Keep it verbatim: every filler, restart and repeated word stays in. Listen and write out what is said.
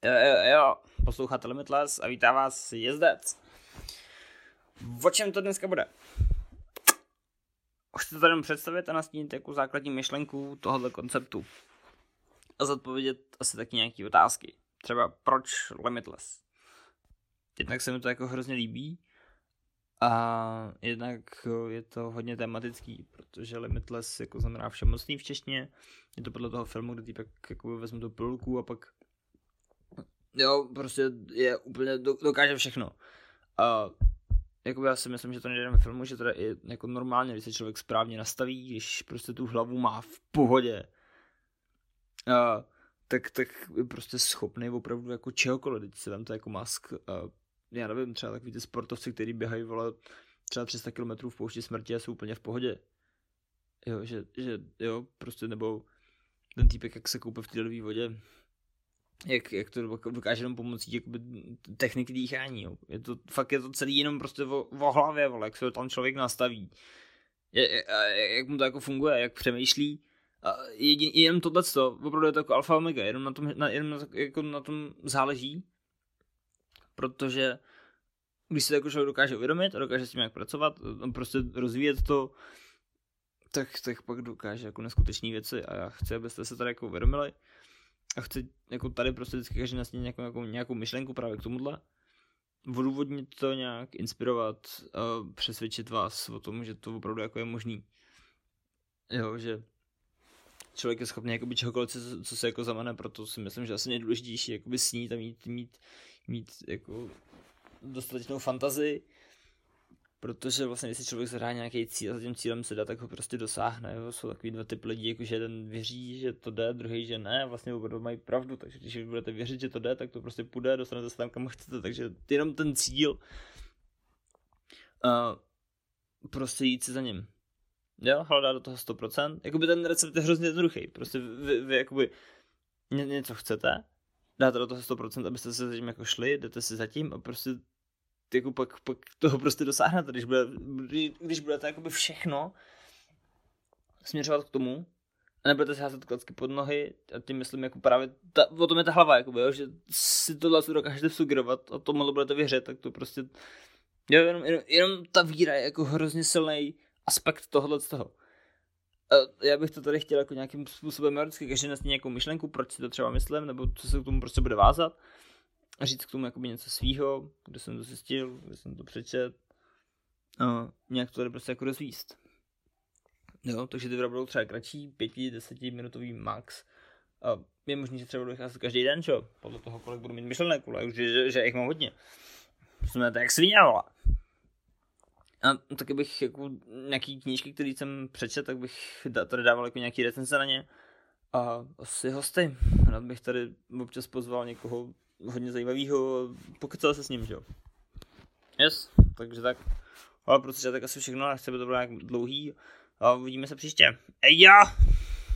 Jo, jo, jo, posloucháte Limitless a vítá vás Jezdec. O čem to dneska bude? Už to tady představit a nastínit jako základní myšlenku tohoto konceptu. A zodpovědět asi taky nějaké otázky. Třeba proč Limitless? Jednak se mi to jako hrozně líbí. A jednak je to hodně tematický, protože Limitless jako znamená všemocný v češtině. Je to podle toho filmu, kde týpek jako vezmu tu pilulku a pak jo, prostě je úplně, dokáže všechno. A jako já si myslím, že to nejde ve filmu, že to je jako normálně, když se člověk správně nastaví, když prostě tu hlavu má v pohodě, a, tak, tak je prostě schopný opravdu jako čehokoliv, teď se vem to jako Musk. A já nevím, třeba takový ty sportovci, kteří běhají, vole, třeba tři sta kilometrů v poušti smrti a jsou úplně v pohodě. Jo, že, že jo, prostě nebo ten týpek, jak se koupe v té ledové vodě, Jak, jak to dokáže jenom pomocí jakoby, techniky dýchání, jo. Je to, fakt je to celý jenom prostě o, o hlavě, vole, jak se tam člověk nastaví. Je, je, jak mu to jako funguje, jak přemýšlí. A jedin, jenom tohleto, opravdu je to jako alfa omega, jenom na tom, na, jenom na, jako na tom záleží. Protože když se jako člověk dokáže uvědomit a dokáže s tím jak pracovat, prostě rozvíjet to, tak, tak pak dokáže jako neskutečné věci a já chci, abyste se tady jako uvědomili. A chci jako tady prostě vždycky každý nasnít nějakou, nějakou, nějakou myšlenku právě k tomuhle. Odůvodnit to nějak, inspirovat, a přesvědčit vás o tom, že to opravdu jako je možný. Jo, že člověk je schopný jakoby čehokoliv, co, co se jako zamane, proto si myslím, že asi nejdůležitější jakoby snít a mít, mít, mít jako dostatečnou fantazii. Protože vlastně, když si člověk zadá nějaký cíl a za tím cílem se dá, tak ho prostě dosáhne. Jo? Jsou takový dva typy lidí, jakože jeden věří, že to jde, druhý, že ne. Vlastně oba mají pravdu, takže když vy budete věřit, že to jde, tak to prostě půjde, dostanete se tam, kam chcete. Takže jenom ten cíl, uh, prostě jít si za ním. Jo, hledat do toho sto procent. Jakoby ten recept je hrozně jednoduchý. Prostě vy, vy jakoby ně, něco chcete, dáte do toho sto procent, abyste se za tím jako šli, jdete si za tím a prostě jako pak, pak toho prostě dosáhnete, když, bude, když budete jakoby všechno směřovat k tomu a nebudete si házet klacky pod nohy a tím myslím jako právě, ta, o tom je ta hlava, jakoby, jo, že si tohle dokážete sugerovat a tomu budete věřit, tak to prostě, jo, jenom, jenom, jenom ta víra je jako hrozně silný aspekt tohohle z toho. A já bych to tady chtěl jako nějakým způsobem vždycky každý nás nějakou myšlenku, proč si to třeba myslím, nebo co se k tomu prostě bude vázat. A říct k tomu jakoby něco svýho, kde jsem to zjistil, kde jsem to přečet. A nějak to tady prostě jako rozvíst. Jo, takže ty videa budou třeba kratší, pěti, deseti minutový max. A je možný, že třeba budu vycházet každý den, čo? Podle toho, kolik budu mít myšlenek, že, že, že jich mám hodně. Jsme to jak svině, vole. A taky bych jako nějaký knížky, které jsem přečet, tak bych tady dával jako nějaký recenze na ně. A asi hosty. Rád bych tady občas pozval někoho hodně zajímavýho, pokecal se s ním, že jo. Yes, takže tak. Ale prostě tak asi všechno, nechci by to bylo nějak dlouhý. A uvidíme se příště. Ej, já!